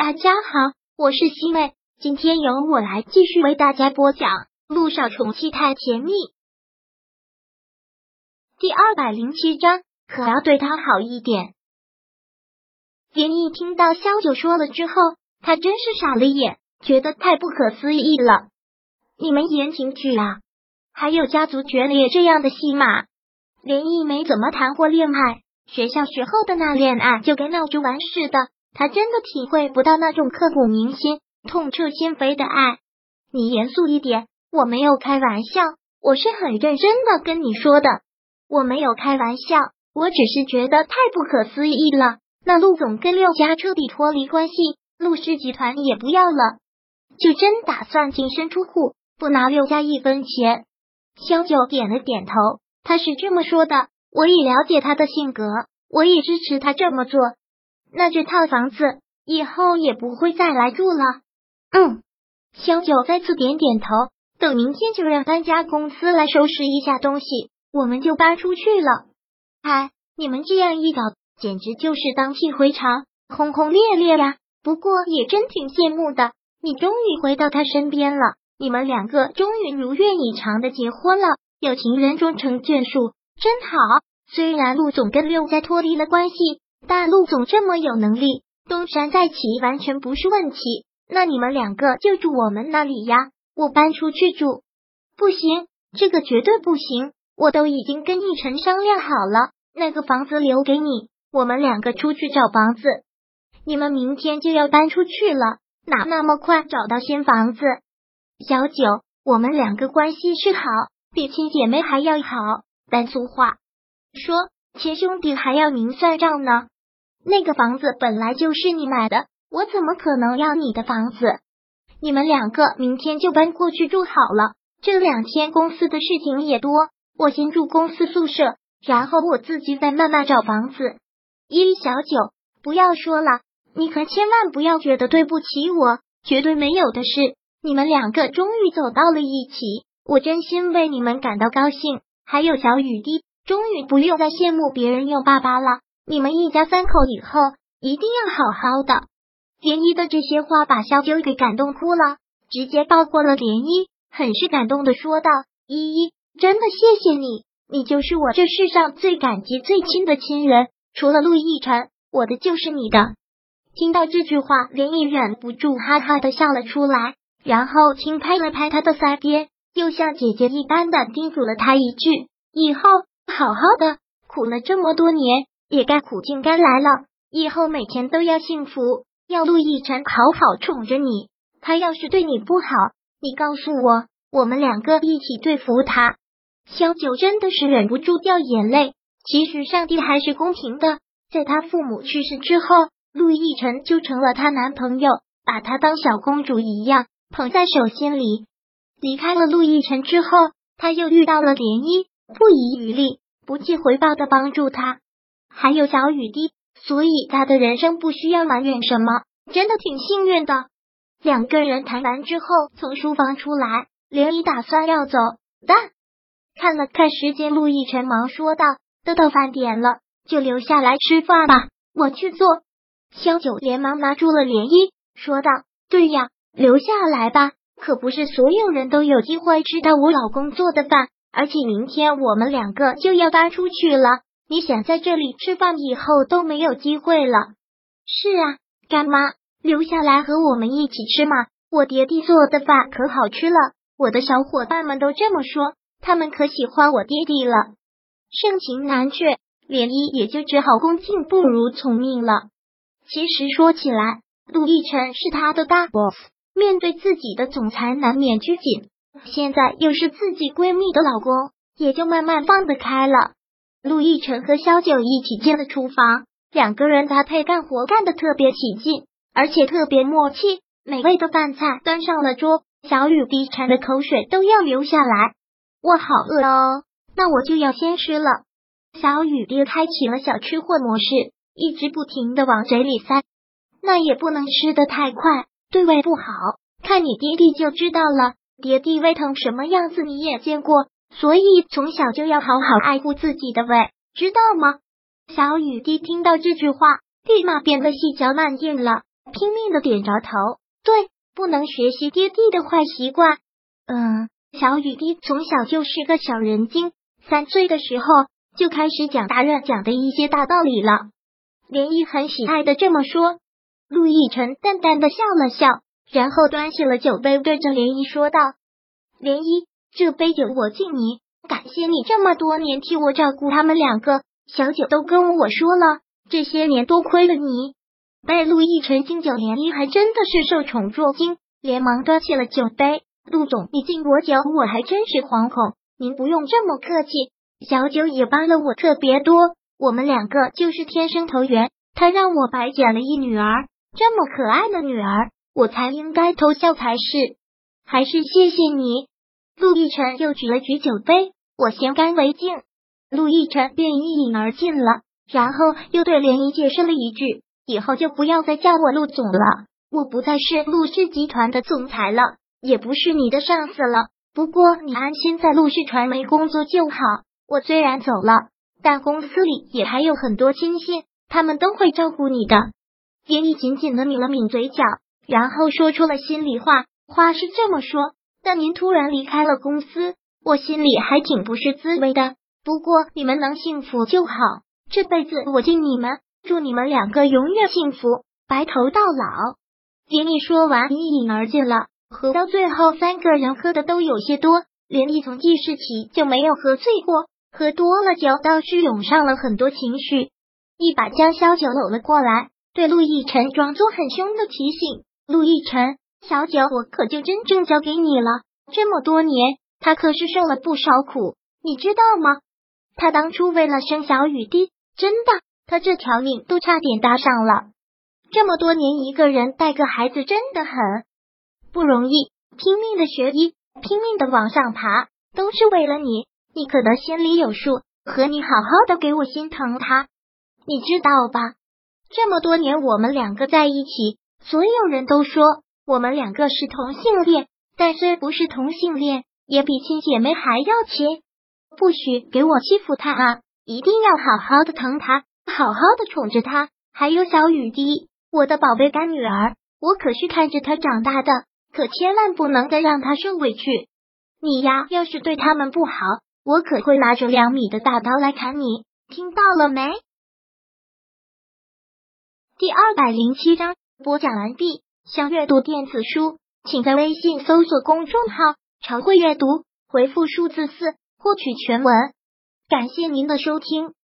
大家好，我是西妹，今天由我来继续为大家播讲《陆少宠妻太甜蜜》第207章，可要对他好一点。连毅听到萧九说了之后，他真是傻了眼，觉得太不可思议了。你们言情剧啊，还有家族决裂这样的戏码？连毅没怎么谈过恋爱，学校时候的那恋爱就跟闹着玩似的，他真的体会不到那种刻骨铭心、痛彻心扉的爱。你严肃一点，我没有开玩笑，我是很认真的跟你说的。我没有开玩笑，我只是觉得太不可思议了。那陆总跟六家彻底脱离关系，陆氏集团也不要了，就真打算净身出户，不拿六家一分钱。萧九点了点头，他是这么说的，我已了解他的性格，我也支持他这么做。那这套房子以后也不会再来住了。萧九再次点点头，等明天就让搬家公司来收拾一下东西，我们就搬出去了。你们这样一搞，简直就是荡气回肠，轰轰烈烈呀！不过也真挺羡慕的，你终于回到他身边了，你们两个终于如愿以偿的结婚了，有情人终成眷属，真好。虽然陆总跟六家脱离了关系，但陆总这么有能力，东山再起完全不是问题。那你们两个就住我们那里呀，我搬出去住。不行，这个绝对不行，我都已经跟奕晨商量好了，那个房子留给你，我们两个出去找房子。你们明天就要搬出去了，哪那么快找到新房子？小九，我们两个关系是好，比亲姐妹还要好，但俗话说，亲兄弟还要明算账呢。那个房子本来就是你买的，我怎么可能要你的房子？你们两个明天就搬过去住好了，这2天公司的事情也多，我先住公司宿舍，然后我自己再慢慢找房子。小九，不要说了，你可千万不要觉得对不起我，绝对没有的事。你们两个终于走到了一起，我真心为你们感到高兴。还有小雨滴，终于不用再羡慕别人有爸爸了，你们一家3口以后一定要好好的。涟漪的这些话把萧九给感动哭了，直接抱过了涟漪，很是感动的说道：依依，真的谢谢你，你就是我这世上最感激最亲的亲人，除了陆亦辰，我的就是你的。听到这句话，涟漪忍不住哈哈的笑了出来，然后轻拍了拍他的腮边，又像姐姐一般的叮嘱了他一句：以后好好的，苦了这么多年，也该苦尽甘来了，以后每天都要幸福，要陆亦辰好好宠着你，他要是对你不好，你告诉我，我们两个一起对付他。萧九真的是忍不住掉眼泪，其实上帝还是公平的，在他父母去世之后，陆亦辰就成了他男朋友，把他当小公主一样捧在手心里。离开了陆亦辰之后，他又遇到了涟漪，不遗余力不计回报的帮助他，还有小雨滴，所以他的人生不需要埋怨什么，真的挺幸运的。2个人谈完之后，从书房出来，涟漪打算要走，但看了看时间，陆亦辰忙说道：都到饭点了，就留下来吃饭吧，我去做。萧九连忙拿住了涟漪，说道：对呀，留下来吧，可不是所有人都有机会吃到我老公做的饭，而且明天我们2个就要搬出去了，你想在这里吃饭以后都没有机会了。是啊，干妈，留下来和我们一起吃嘛，我爹地做的饭可好吃了，我的小伙伴们都这么说，他们可喜欢我爹地了。盛情难却，涟漪也就只好恭敬不如从命了。其实说起来，陆亦辰是他的大 boss， 面对自己的总裁难免拘谨，现在又是自己闺蜜的老公，也就慢慢放得开了。陆亦辰和萧九一起进了厨房，2个人搭配干活干得特别起劲，而且特别默契。美味的饭菜端上了桌，小雨滴馋的口水都要流下来。我好饿哦，那我就要先吃了。小雨滴开启了小吃货模式，一直不停的往嘴里塞，那也不能吃得太快，对胃不好。看你爹地就知道了，爹地胃疼什么样子你也见过，所以从小就要好好爱护自己的胃，知道吗？小雨滴听到这句话，立马变得细嚼慢咽了， 拼命的点着头，对，不能学习爹地的坏习惯。小雨滴从小就是个小人精，3岁的时候就开始讲大人讲的一些大道理了。涟漪很喜爱的这么说。陆亦辰淡淡的笑了笑，然后端起了酒杯，对着涟漪说道：涟漪，这杯酒我敬你，感谢你这么多年替我照顾他们2个。小九都跟我说了，这些年多亏了你。被陆亦辰敬酒，涟漪还真的是受宠若惊，连忙端起了酒杯。陆总，你敬我酒，我还真是惶恐，您不用这么客气。小九也帮了我特别多，我们2个就是天生投缘，他让我白捡了一女儿，这么可爱的女儿，我才应该偷笑才是。还是谢谢你。陆亦辰又举了举酒杯，我先干为敬。陆亦辰便一饮而尽了，然后又对涟漪解释了一句，以后就不要再叫我陆总了，我不再是陆氏集团的总裁了，也不是你的上司了，不过你安心在陆氏传媒工作就好。我虽然走了，但公司里也还有很多亲信，他们都会照顾你的。涟漪紧紧的抿了抿嘴角，然后说出了心里话，话是这么说，但您突然离开了公司，我心里还挺不是滋味的，不过你们能幸福就好，这辈子我敬你们，祝你们2个永远幸福，白头到老。涟漪说完一饮而尽了，喝到最后3个人喝的都有些多，涟漪从记事起就没有喝醉过，喝多了酒倒是涌上了很多情绪，一把将小九搂了过来，对陆亦辰装作很凶的提醒：陆亦辰，小九我可就真正交给你了，这么多年他可是受了不少苦，你知道吗？他当初为了生小雨滴，真的，他这条命都差点搭上了。这么多年一个人带个孩子真的很不容易，拼命的学医，拼命的往上爬，都是为了你，你可能心里有数，和你好好的给我心疼他，你知道吧？这么多年我们2个在一起，所有人都说我们2个是同性恋，但是不是同性恋也比亲姐妹还要亲，不许给我欺负他啊，一定要好好的疼他，好好的宠着他。还有小雨滴，我的宝贝干女儿，我可是看着她长大的，可千万不能再让她受委屈。你呀，要是对他们不好，我可会拿着2米的大刀来砍你，听到了没？第207章播讲完毕。想阅读电子书，请在微信搜索公众号常会阅读，回复数字4获取全文。感谢您的收听。